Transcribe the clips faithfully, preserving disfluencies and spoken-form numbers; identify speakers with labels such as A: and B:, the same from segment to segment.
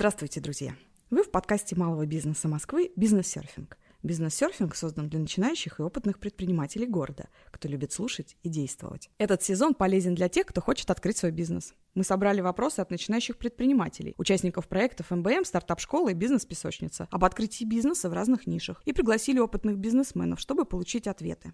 A: Здравствуйте, друзья! Вы в подкасте малого бизнеса Москвы «Бизнес-серфинг». Бизнес-серфинг создан для начинающих и опытных предпринимателей города, кто любит слушать и действовать. Этот сезон полезен для тех, кто хочет открыть свой бизнес. Мы собрали вопросы от начинающих предпринимателей, участников проектов эм бэ эм, стартап-школы и бизнес-песочница об открытии бизнеса в разных нишах и пригласили опытных бизнесменов, чтобы получить ответы.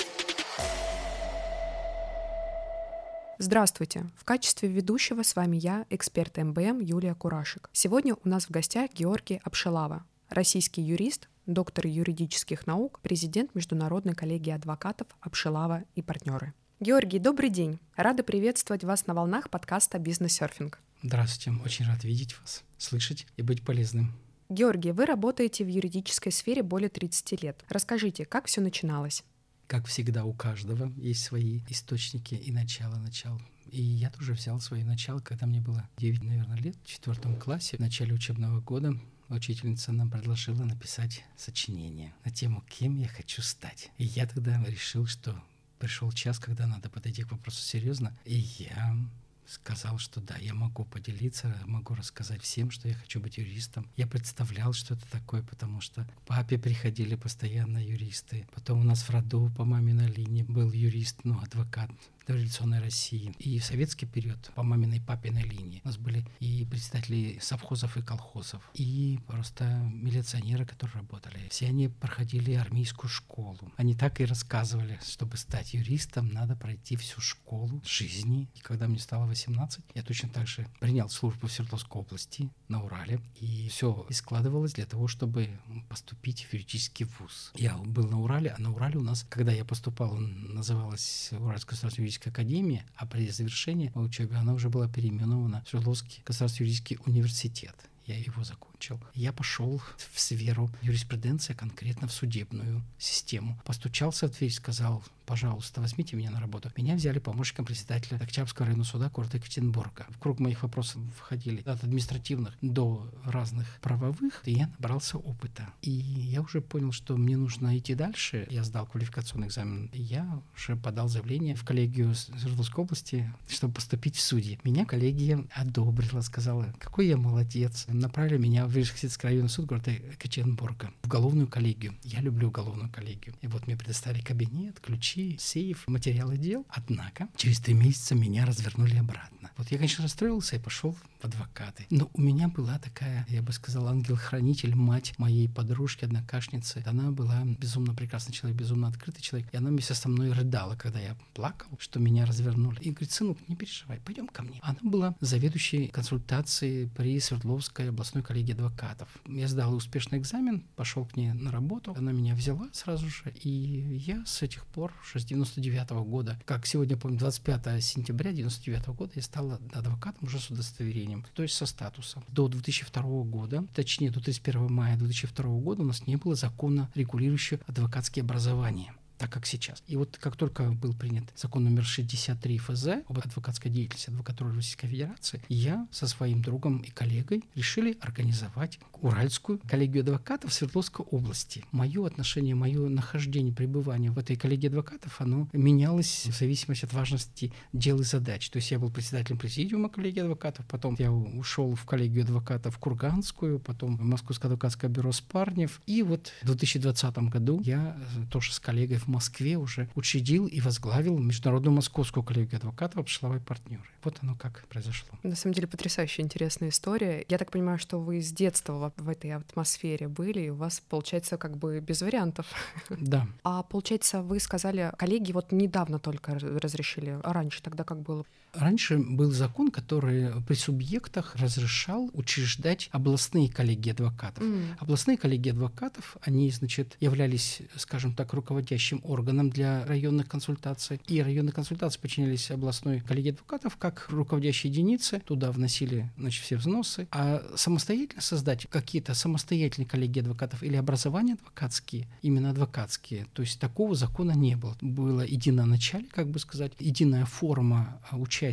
B: Здравствуйте! В качестве ведущего с вами я, эксперт эм бэ эм Юлия Курашик. Сегодня у нас в гостях Георгий Апшелава, российский юрист, доктор юридических наук, президент Международной коллегии адвокатов «Апшелава и партнеры». Георгий, добрый день! Рада приветствовать вас на волнах подкаста «Бизнес-серфинг».
C: Здравствуйте, очень рад видеть вас, слышать и быть полезным.
B: Георгий, вы работаете в юридической сфере более тридцати лет. Расскажите, как все начиналось?
C: Как всегда, у каждого есть свои источники и начало начал. И я тоже взял свои начала, когда мне было девять, наверное, лет, в четвертом классе, в начале учебного года. Учительница нам предложила написать сочинение на тему «Кем я хочу стать?». И я тогда решил, что пришел час, когда надо подойти к вопросу серьезно. И я сказал, что да, я могу поделиться, могу рассказать всем, что я хочу быть юристом. Я представлял, что это такое, потому что к папе приходили постоянно юристы. Потом у нас в роду по маминой линии был юрист, ну, адвокат дореволюционной России. И в советский период по маминой и папиной линии у нас были и представители совхозов и колхозов, и просто милиционеры, которые работали. Все они проходили армейскую школу. Они так и рассказывали, чтобы стать юристом, надо пройти всю школу жизни. И когда мне стало восемнадцать, я точно так же принял службу в Свердловской области на Урале. И все и складывалось для того, чтобы поступить в юридический вуз. Я был на Урале, а на Урале у нас, когда я поступал, он называлась Уральская государственная юридическая академия, а при завершении учебы она уже была переименована в Свердловский государственный юридический университет. Я его закончил. Я пошел в сферу юриспруденции, конкретно в судебную систему. Постучался в дверь, сказал: пожалуйста, возьмите меня на работу. Меня взяли помощником председателя Октябрьского районного суда города Екатеринбурга. В круг моих вопросов входили от административных до разных правовых, и я набрался опыта. И я уже понял, что мне нужно идти дальше. Я сдал квалификационный экзамен. И я уже подал заявление в коллегию Свердловской области, чтобы поступить в судьи. Меня коллегия одобрила, сказала: какой я молодец. Направили меня в Вышеградский районный суд города Екатеринбурга, в уголовную коллегию. Я люблю уголовную коллегию. И вот мне предоставили кабинет, ключи, сейф, материалы дел. Однако через три месяца меня развернули обратно. Вот я, конечно, расстроился и пошел в адвокаты. Но у меня была такая, я бы сказал, ангел-хранитель, мать моей подружки, однокашницы. Она была безумно прекрасный человек, безумно открытый человек. И она вместе со мной рыдала, когда я плакал, что меня развернули. И говорит: сынок, не переживай, пойдем ко мне. Она была заведующей консультацией при Свердловской областной коллегии адвокатов. Я сдал успешный экзамен, пошел к ней на работу. Она меня взяла сразу же. И я с этих пор, с девяносто девятого года, как сегодня помню, двадцать пятого сентября девяносто девятого года, я стал адвокатом уже с удостоверением, то есть со статусом. До две тысячи второго года, точнее до тридцать первого мая две тысячи второго года у нас не было закона, регулирующего адвокатские образования, так как сейчас. И вот как только был принят закон номер шестьдесят три эф зэ об адвокатской деятельности адвокатуры Российской Федерации, я со своим другом и коллегой решили организовать Уральскую коллегию адвокатов в Свердловской области. Мое отношение, мое нахождение, пребывание в этой коллегии адвокатов, оно менялось в зависимости от важности дел и задач. То есть я был председателем президиума коллегии адвокатов, потом я ушел в коллегию адвокатов Курганскую, потом в Московское адвокатское бюро Спарнев. И вот в две тысячи двадцатом году я тоже с коллегой в Москве уже учредил и возглавил Международную московскую коллегию адвокатов «Апшелава и партнеры». Вот оно как произошло.
B: На самом деле потрясающая интересная история. Я так понимаю, что вы с детства в этой атмосфере были, и у вас, получается, как бы без вариантов.
C: Да.
B: А получается, вы сказали, коллеги вот недавно только разрешили, а раньше тогда как было?
C: Раньше был закон, который при субъектах разрешал учреждать областные коллегии адвокатов. Mm. Областные коллегии адвокатов, они, значит, являлись, скажем так, руководящим органом для районных консультаций. И районные консультации подчинялись областной коллегии адвокатов как руководящие единицы. Туда вносили, значит, все взносы. А самостоятельно создать какие-то самостоятельные коллегии адвокатов или образования адвокатские, именно адвокатские, то есть такого закона не было. Было единоначалие, как бы сказать, единая форма участия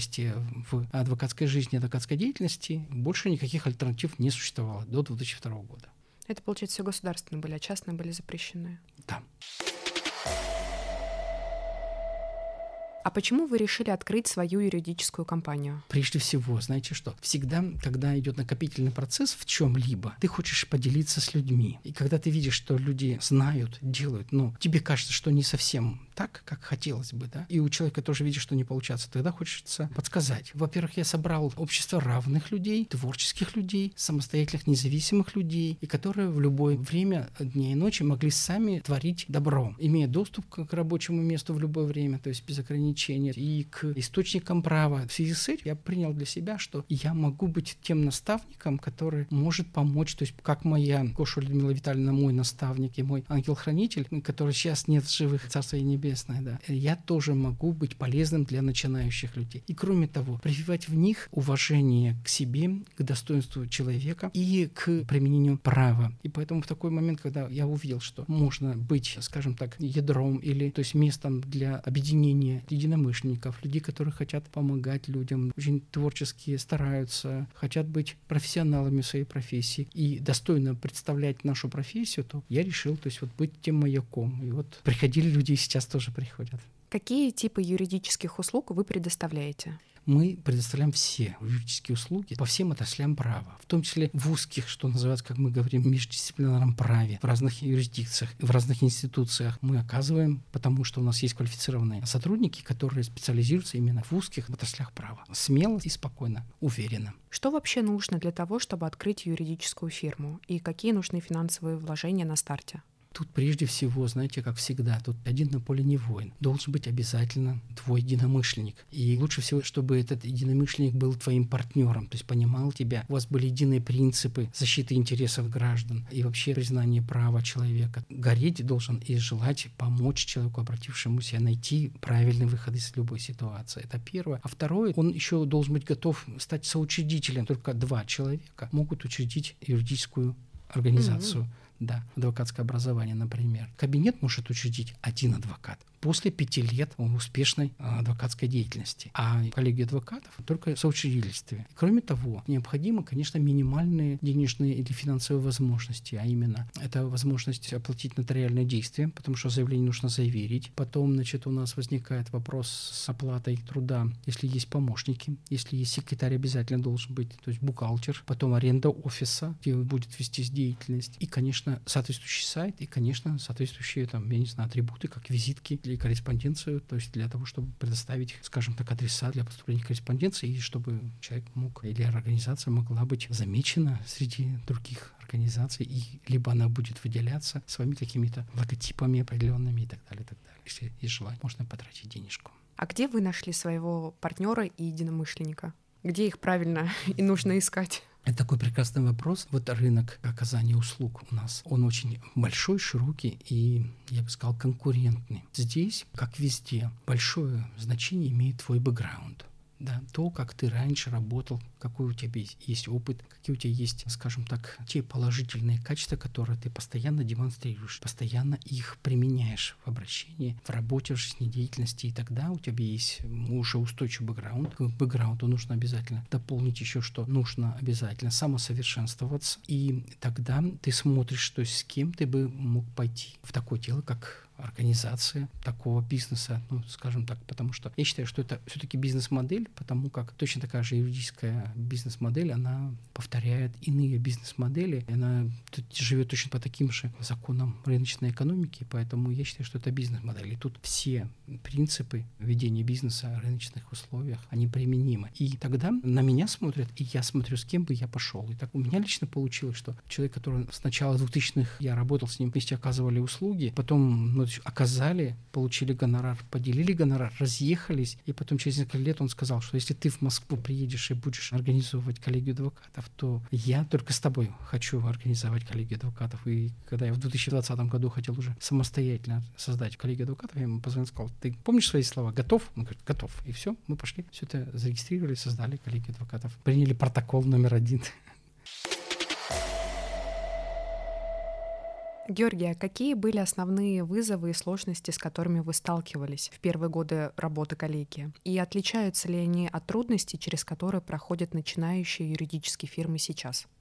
C: в адвокатской жизни, адвокатской деятельности. Больше никаких альтернатив не существовало до две тысячи второго года.
B: Это, получается, все государственные были, а частные были запрещены?
C: Да.
B: А почему вы решили открыть свою юридическую компанию?
C: Прежде всего, знаете что? Всегда, когда идет накопительный процесс в чем-либо, ты хочешь поделиться с людьми. И когда ты видишь, что люди знают, делают, но тебе кажется, что не совсем так, как хотелось бы, да, и у человека тоже видишь, что не получается, тогда хочется подсказать. Во-первых, я собрал общество равных людей, творческих людей, самостоятельных, независимых людей, и которые в любое время дня и ночи могли сами творить добро, имея доступ к рабочему месту в любое время, то есть без ограничений, и к источникам права. В связи с этим я принял для себя, что я могу быть тем наставником, который может помочь, то есть как моя Коша Людмила Витальевна, мой наставник и мой ангел-хранитель, который сейчас нет в живых, царство небесное, да, я тоже могу быть полезным для начинающих людей. И кроме того, прививать в них уважение к себе, к достоинству человека и к применению права. И поэтому в такой момент, когда я увидел, что можно быть, скажем так, ядром или, то есть местом для объединения единомышленников, людей, которые хотят помогать людям, очень творческие, стараются, хотят быть профессионалами в своей профессии и достойно представлять нашу профессию, то я решил, то есть вот быть тем маяком. И вот приходили люди и сейчас тоже приходят.
B: Какие типы юридических услуг вы предоставляете?
C: Мы предоставляем все юридические услуги по всем отраслям права, в том числе в узких, что называется, как мы говорим, междисциплинарном праве, в разных юрисдикциях, в разных институциях мы оказываем, потому что у нас есть квалифицированные сотрудники, которые специализируются именно в узких отраслях права. Смело и спокойно, уверенно.
B: Что вообще нужно для того, чтобы открыть юридическую фирму? И какие нужны финансовые вложения на старте?
C: Тут прежде всего, знаете, как всегда, тут один на поле не воин. Должен быть обязательно твой единомышленник. И лучше всего, чтобы этот единомышленник был твоим партнером, то есть понимал тебя. У вас были единые принципы защиты интересов граждан и вообще признание права человека. Гореть должен и желать помочь человеку, обратившемуся, найти правильный выход из любой ситуации. Это первое. А второе, он еще должен быть готов стать соучредителем. Только два человека могут учредить юридическую организацию. Mm-hmm. Да, адвокатское образование, например. Кабинет может учредить один адвокат после пяти лет успешной адвокатской деятельности, а коллегия адвокатов только в соучредительстве. Кроме того, необходимы, конечно, минимальные денежные или финансовые возможности, а именно это возможность оплатить нотариальное действие, потому что заявление нужно заверить. Потом, значит, у нас возникает вопрос с оплатой труда, если есть помощники, если есть секретарь, обязательно должен быть, то есть бухгалтер, потом аренда офиса, где будет вестись деятельность, и, конечно, соответствующий сайт, и, конечно, соответствующие, там, я не знаю, атрибуты, как визитки или корреспонденцию, то есть для того, чтобы предоставить, скажем так, адреса для поступления корреспонденции, и чтобы человек мог, или организация могла быть замечена среди других организаций, и либо она будет выделяться своими какими-то логотипами определенными и так далее, и так далее. Если есть желание, можно потратить денежку.
B: А где вы нашли своего партнера и единомышленника? Где их правильно и нужно искать?
C: Это такой прекрасный вопрос. Вот рынок оказания услуг у нас, он очень большой, широкий и, я бы сказал, конкурентный. Здесь, как везде, большое значение имеет твой бэкграунд. Да, то, как ты раньше работал, какой у тебя есть опыт, какие у тебя есть, скажем так, те положительные качества, которые ты постоянно демонстрируешь, постоянно их применяешь в обращении, в работе, в жизнедеятельности, и тогда у тебя есть уже устойчивый бэкграунд. К бэкграунду нужно обязательно дополнить еще, что нужно обязательно самосовершенствоваться, и тогда ты смотришь, то есть с кем ты бы мог пойти в такое дело, как организация такого бизнеса, ну, скажем так, потому что я считаю, что это все-таки бизнес-модель, потому как точно такая же юридическая бизнес-модель, она повторяет иные бизнес-модели, она живет точно по таким же законам рыночной экономики, поэтому я считаю, что это бизнес-модель. И тут все принципы ведения бизнеса в рыночных условиях, они применимы. И тогда на меня смотрят, и я смотрю, с кем бы я пошел. И так у меня лично получилось, что человек, который с начала двухтысячных, я работал с ним, вместе оказывали услуги, потом, ну, оказали, получили гонорар, поделили гонорар, разъехались, и потом через несколько лет он сказал, что если ты в Москву приедешь и будешь организовывать коллегию адвокатов, то я только с тобой хочу организовать коллегию адвокатов. И когда я в две тысячи двадцатом году хотел уже самостоятельно создать коллегию адвокатов, я ему позвонил и сказал, ты помнишь свои слова, готов? Он говорит, готов. И все, мы пошли, все это зарегистрировали, создали коллегию адвокатов, приняли протокол номер один.
B: Георгий, а какие были основные вызовы и сложности, с которыми вы сталкивались в первые годы работы коллегии? И отличаются ли они от трудностей, через которые проходят начинающие юридические фирмы сейчас?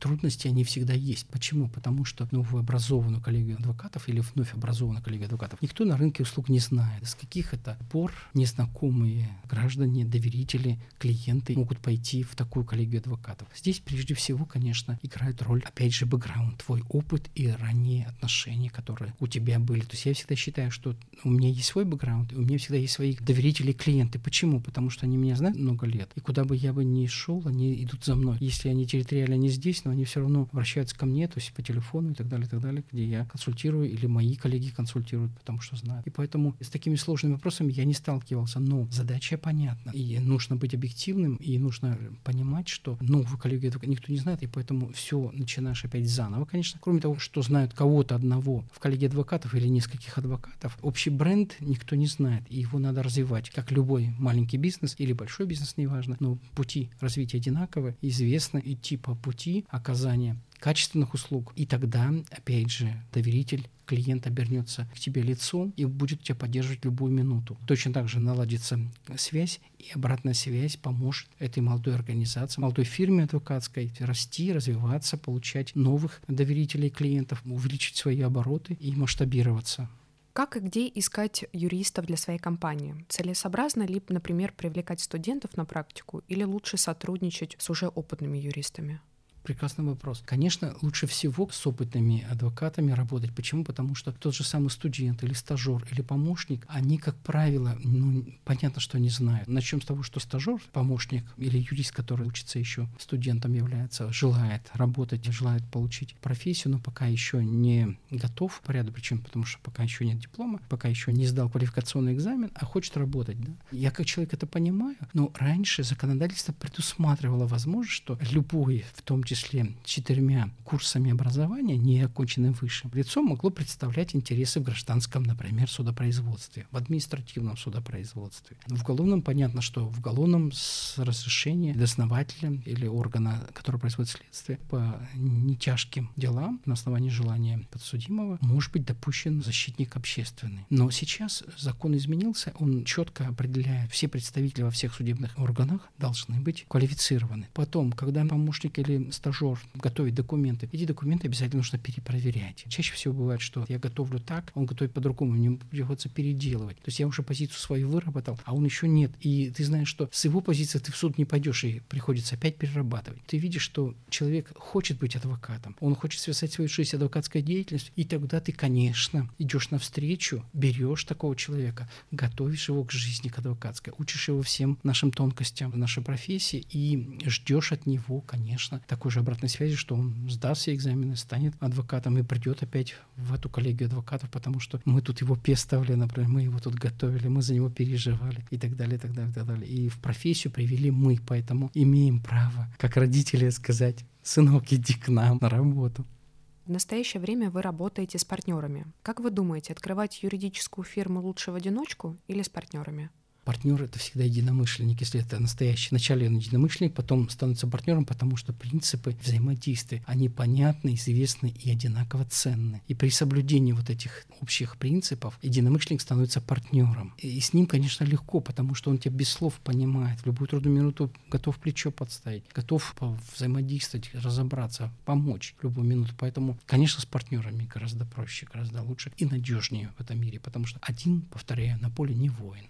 C: трудности, они всегда есть. Почему? Потому что новообразованную коллегию адвокатов или вновь образованную коллегию адвокатов никто на рынке услуг не знает. С каких это пор незнакомые граждане, доверители, клиенты могут пойти в такую коллегию адвокатов? Здесь прежде всего, конечно, играет роль, опять же, бэкграунд, твой опыт и ранние отношения, которые у тебя были. То есть я всегда считаю, что у меня есть свой бэкграунд, и у меня всегда есть свои доверители, клиенты. Почему? Потому что они меня знают много лет, и куда бы я бы ни шел, они идут за мной. Если они территориально не здесь, но они все равно обращаются ко мне, то есть по телефону и так далее, и так далее, где я консультирую или мои коллеги консультируют, потому что знают. И поэтому с такими сложными вопросами я не сталкивался, но задача понятна. И нужно быть объективным, и нужно понимать, что новую коллегию никто не знает, и поэтому все начинаешь опять заново. Конечно, кроме того, что знают кого-то одного в коллегии адвокатов или нескольких адвокатов, общий бренд никто не знает, и его надо развивать, как любой маленький бизнес или большой бизнес, неважно, но пути развития одинаковы, известно идти по пути оказания качественных услуг, и тогда, опять же, доверитель, клиент обернется к тебе лицом и будет тебя поддерживать любую минуту. Точно так же наладится связь, и обратная связь поможет этой молодой организации, молодой фирме адвокатской расти, развиваться, получать новых доверителей, клиентов, увеличить свои обороты и масштабироваться.
B: Как и где искать юристов для своей компании? Целесообразно ли, например, привлекать студентов на практику или лучше сотрудничать с уже опытными юристами?
C: Прекрасный вопрос. Конечно, лучше всего с опытными адвокатами работать. Почему? Потому что тот же самый студент или стажер или помощник, они, как правило, ну, понятно, что не знают. Начнем с того, что стажер, помощник или юрист, который учится еще студентом является, желает работать, желает получить профессию, но пока еще не готов по ряду причин, потому что пока еще нет диплома, пока еще не сдал квалификационный экзамен, а хочет работать. Да? Я как человек это понимаю, но раньше законодательство предусматривало возможность, что любой, в том числе числе четырьмя курсами образования, не оконченным высшим, лицо могло представлять интересы в гражданском, например, судопроизводстве, в административном судопроизводстве. В уголовном понятно, что в уголовном с разрешения дознавателя или органа, который производит следствие, по нетяжким делам на основании желания подсудимого может быть допущен защитник общественный. Но сейчас закон изменился, он четко определяет, все представители во всех судебных органах должны быть квалифицированы. Потом, когда помощник или стажер готовит документы, эти документы обязательно нужно перепроверять. Чаще всего бывает, что я готовлю так, он готовит по-другому, мне приходится переделывать. То есть я уже позицию свою выработал, а он еще нет. И ты знаешь, что с его позиции ты в суд не пойдешь, и приходится опять перерабатывать. Ты видишь, что человек хочет быть адвокатом, он хочет связать свою жизнь с адвокатской деятельностью, и тогда ты, конечно, идешь навстречу, берешь такого человека, готовишь его к жизни, к адвокатской, учишь его всем нашим тонкостям нашей профессии и ждешь от него, конечно, такой же обратной связи, что он сдаст все экзамены, станет адвокатом и придет опять в эту коллегию адвокатов, потому что мы тут его пестовали, например, мы его тут готовили, мы за него переживали и так далее, и так далее, и так далее. И в профессию привели мы, поэтому имеем право, как родители, сказать: сынок, иди к нам на работу.
B: В настоящее время вы работаете с партнерами. Как вы думаете, открывать юридическую фирму лучше в одиночку или с партнерами?
C: Партнер — это всегда единомышленник, если это настоящий. Вначале он единомышленник, потом становится партнером, потому что принципы взаимодействия, они понятны, известны и одинаково ценны. И при соблюдении вот этих общих принципов единомышленник становится партнером. И с ним, конечно, легко, потому что он тебя без слов понимает, в любую трудную минуту готов плечо подставить, готов взаимодействовать, разобраться, помочь в любую минуту. Поэтому, конечно, с партнерами гораздо проще, гораздо лучше и надежнее в этом мире, потому что один, повторяю, на поле не воин.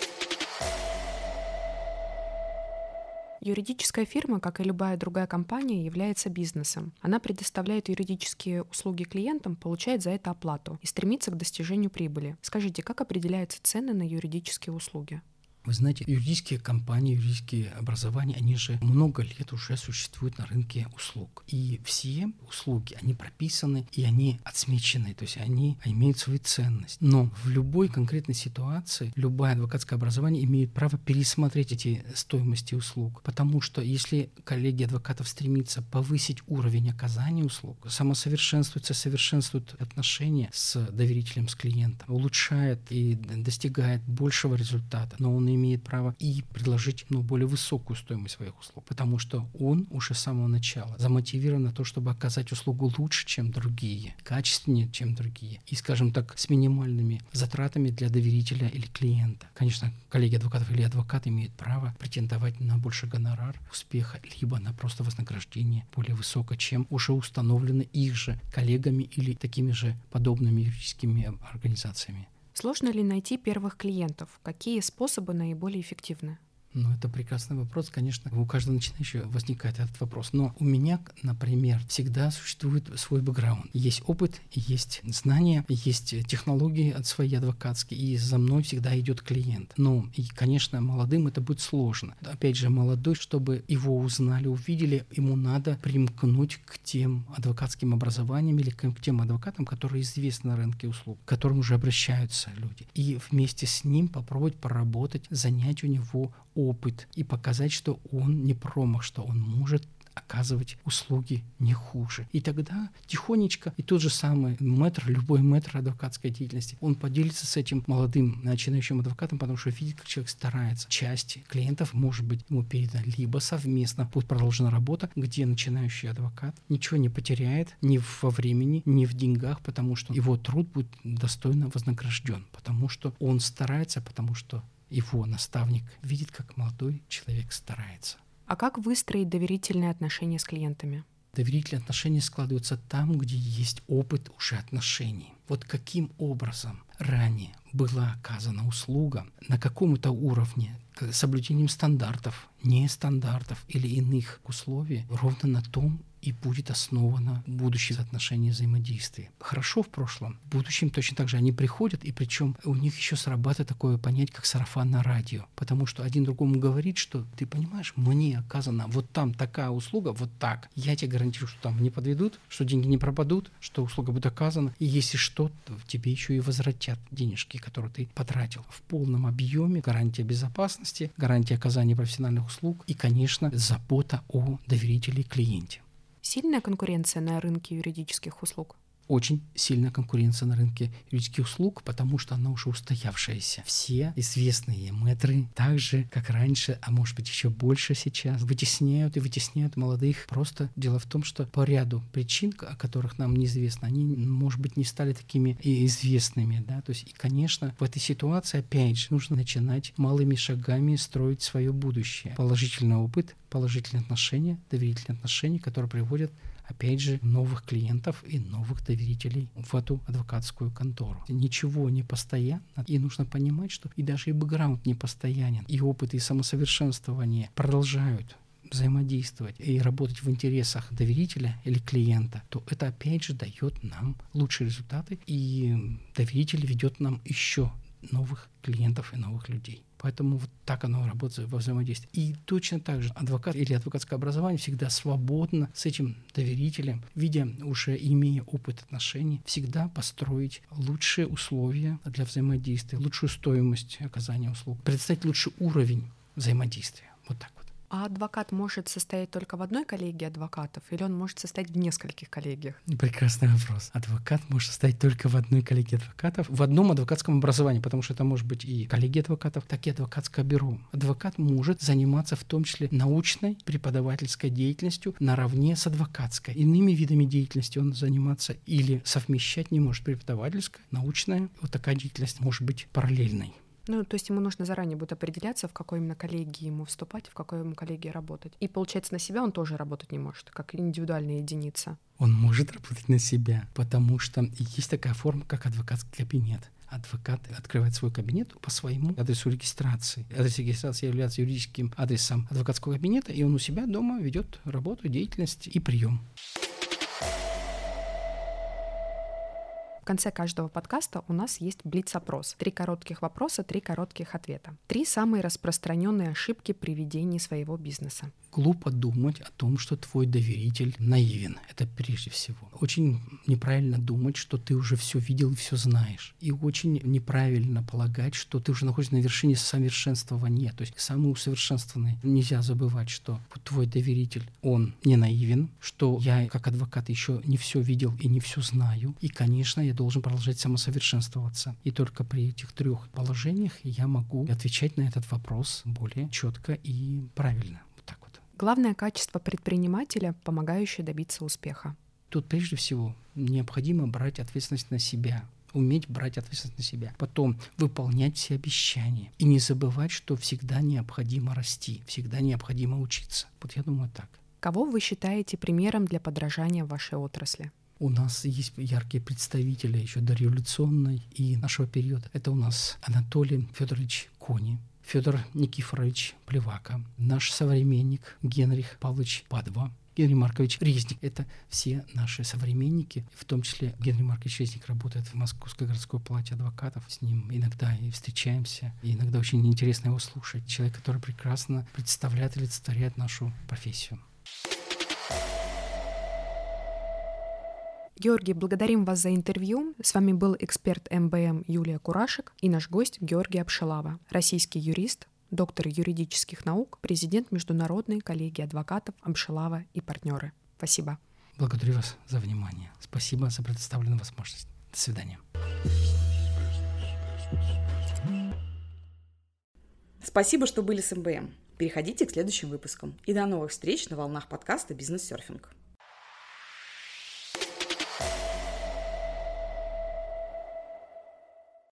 B: Юридическая фирма, как и любая другая компания, является бизнесом. Она предоставляет юридические услуги клиентам, получает за это оплату и стремится к достижению прибыли. Скажите, как определяются цены на юридические услуги?
C: Вы знаете, юридические компании, юридические образования, они же много лет уже существуют на рынке услуг. И все услуги, они прописаны и они отмечены, то есть они имеют свою ценность. Но в любой конкретной ситуации любое адвокатское образование имеет право пересмотреть эти стоимости услуг. Потому что если коллегия адвокатов стремится повысить уровень оказания услуг, самосовершенствуется, совершенствует отношения с доверителем, с клиентом, улучшает и достигает большего результата, но он имеет право и предложить ну, более высокую стоимость своих услуг, потому что он уже с самого начала замотивирован на то, чтобы оказать услугу лучше, чем другие, качественнее, чем другие, и, скажем так, с минимальными затратами для доверителя или клиента. Конечно, коллеги адвокатов или адвокат имеют право претендовать на больше гонорар успеха, либо на просто вознаграждение более высокое, чем уже установлено их же коллегами или такими же подобными юридическими организациями.
B: Сложно ли найти первых клиентов? Какие способы наиболее эффективны?
C: Ну, это прекрасный вопрос. Конечно, у каждого начинающего возникает этот вопрос. Но у меня, например, всегда существует свой бэкграунд. Есть опыт, есть знания, есть технологии от своей адвокатские, и за мной всегда идет клиент. Ну, и, конечно, молодым это будет сложно. Опять же, молодой, чтобы его узнали, увидели, ему надо примкнуть к тем адвокатским образованиям или к тем адвокатам, которые известны на рынке услуг, к которым уже обращаются люди. И вместе с ним попробовать поработать, занять у него опыт и показать, что он не промах, что он может оказывать услуги не хуже. И тогда тихонечко, и тот же самый мэтр, любой мэтр адвокатской деятельности, он поделится с этим молодым начинающим адвокатом, потому что видит, как человек старается. Часть клиентов, может быть, ему передана, либо совместно будет продолжена работа, где начинающий адвокат ничего не потеряет ни во времени, ни в деньгах, потому что его труд будет достойно вознагражден, потому что он старается, потому что его наставник видит, как молодой человек старается.
B: А как выстроить доверительные отношения с клиентами?
C: Доверительные отношения складываются там, где есть опыт уже отношений. Вот каким образом ранее была оказана услуга на каком-то уровне, с соблюдением стандартов, нестандартов или иных условий, ровно на том и будет основано будущее отношение взаимодействия. Хорошо в прошлом, в будущем точно так же они приходят, и причем у них еще срабатывает такое понятие, как сарафанное радио, потому что один другому говорит, что ты понимаешь, мне оказана вот там такая услуга, вот так. Я тебе гарантирую, что там не подведут, что деньги не пропадут, что услуга будет оказана, и если что, то тебе еще и возвратят денежки, которые ты потратил в полном объеме, гарантия безопасности, гарантия оказания профессиональных услуг и, конечно, забота о доверителе и клиенте.
B: Сильная конкуренция на рынке юридических услуг?
C: Очень сильная конкуренция на рынке юридических услуг, потому что она уже устоявшаяся. Все известные мэтры, так же, как раньше, а может быть еще больше сейчас, вытесняют и вытесняют молодых. Просто дело в том, что по ряду причин, о которых нам неизвестно, они, может быть, не стали такими и известными. Да? То есть, и, конечно, в этой ситуации, опять же, нужно начинать малыми шагами строить свое будущее. Положительный опыт, положительные отношения, доверительные отношения, которые приводят опять же, новых клиентов и новых доверителей в эту адвокатскую контору. Ничего не постоянно, и нужно понимать, что и даже и бэкграунд не постоянен, и опыт, и самосовершенствование продолжают взаимодействовать и работать в интересах доверителя или клиента, то это опять же дает нам лучшие результаты, и доверитель ведет нам еще новых клиентов и новых людей. Поэтому вот так оно работает во взаимодействии. И точно так же адвокат или адвокатское образование всегда свободно с этим доверителем, видя, уже имея опыт отношений, всегда построить лучшие условия для взаимодействия, лучшую стоимость оказания услуг, представить лучший уровень взаимодействия. Вот так вот.
B: А адвокат может состоять только в одной коллегии адвокатов, или он может состоять в нескольких коллегиях?
C: Прекрасный вопрос. Адвокат может состоять только в одной коллегии адвокатов, в одном адвокатском образовании, потому что это может быть и коллегия адвокатов, так и адвокатское бюро. Адвокат может заниматься в том числе научной, преподавательской деятельностью наравне с адвокатской. Иными видами деятельности он заниматься или совмещать не может. Преподавательская, научная, вот такая деятельность может быть параллельной.
B: Ну, то есть ему нужно заранее будет определяться, в какой именно коллегии ему вступать, в какой ему коллегии работать. И, получается, на себя он тоже работать не может, как индивидуальная единица.
C: Он может работать на себя, потому что есть такая форма, как адвокатский кабинет. Адвокат открывает свой кабинет по своему адресу регистрации. Адрес регистрации является юридическим адресом адвокатского кабинета, и он у себя дома ведет работу, деятельность и прием.
B: В конце каждого подкаста у нас есть блиц-опрос. Три коротких вопроса, три коротких ответа. Три самые распространенные ошибки при ведении своего бизнеса.
C: глупо думать о том, что твой доверитель наивен. Это прежде всего. Очень неправильно думать, что ты уже все видел и все знаешь. И очень неправильно полагать, что ты уже находишься на вершине совершенствования. То есть самый усовершенствованный. Нельзя забывать, что твой доверитель, он не наивен, что я как адвокат еще не все видел и не все знаю. И, конечно, я должен продолжать самосовершенствоваться. И только при этих трех положениях я могу отвечать на этот вопрос более четко и правильно. Вот так вот.
B: Главное качество предпринимателя, помогающее добиться успеха.
C: Тут прежде всего необходимо брать ответственность на себя. Уметь брать ответственность на себя. Потом выполнять все обещания. И не забывать, что всегда необходимо расти, всегда необходимо учиться. Вот я думаю так.
B: Кого вы считаете примером для подражания в вашей отрасли?
C: У нас есть яркие представители еще дореволюционной и нашего периода. Это у нас Анатолий Федорович Кони, Федор Никифорович Плевака, наш современник Генрих Павлович Падва, Генрий Маркович Резник. Это все наши современники, в том числе Генрий Маркович Резник работает в Московской городской палате адвокатов. С ним иногда и встречаемся, и иногда очень интересно его слушать. Человек, который прекрасно представляет и олицетворяет нашу профессию.
B: Георгий, благодарим вас за интервью. С вами был эксперт эм бэ эм Юлия Курашек и наш гость Георгий Апшалава, российский юрист, доктор юридических наук, президент Международной коллегии адвокатов Апшалава и партнеры. Спасибо.
C: Благодарю вас за внимание. Спасибо за предоставленную возможность. До свидания.
A: Спасибо, что были с эм бэ эм. Переходите к следующим выпускам. И до новых встреч на волнах подкаста «Бизнес-серфинг».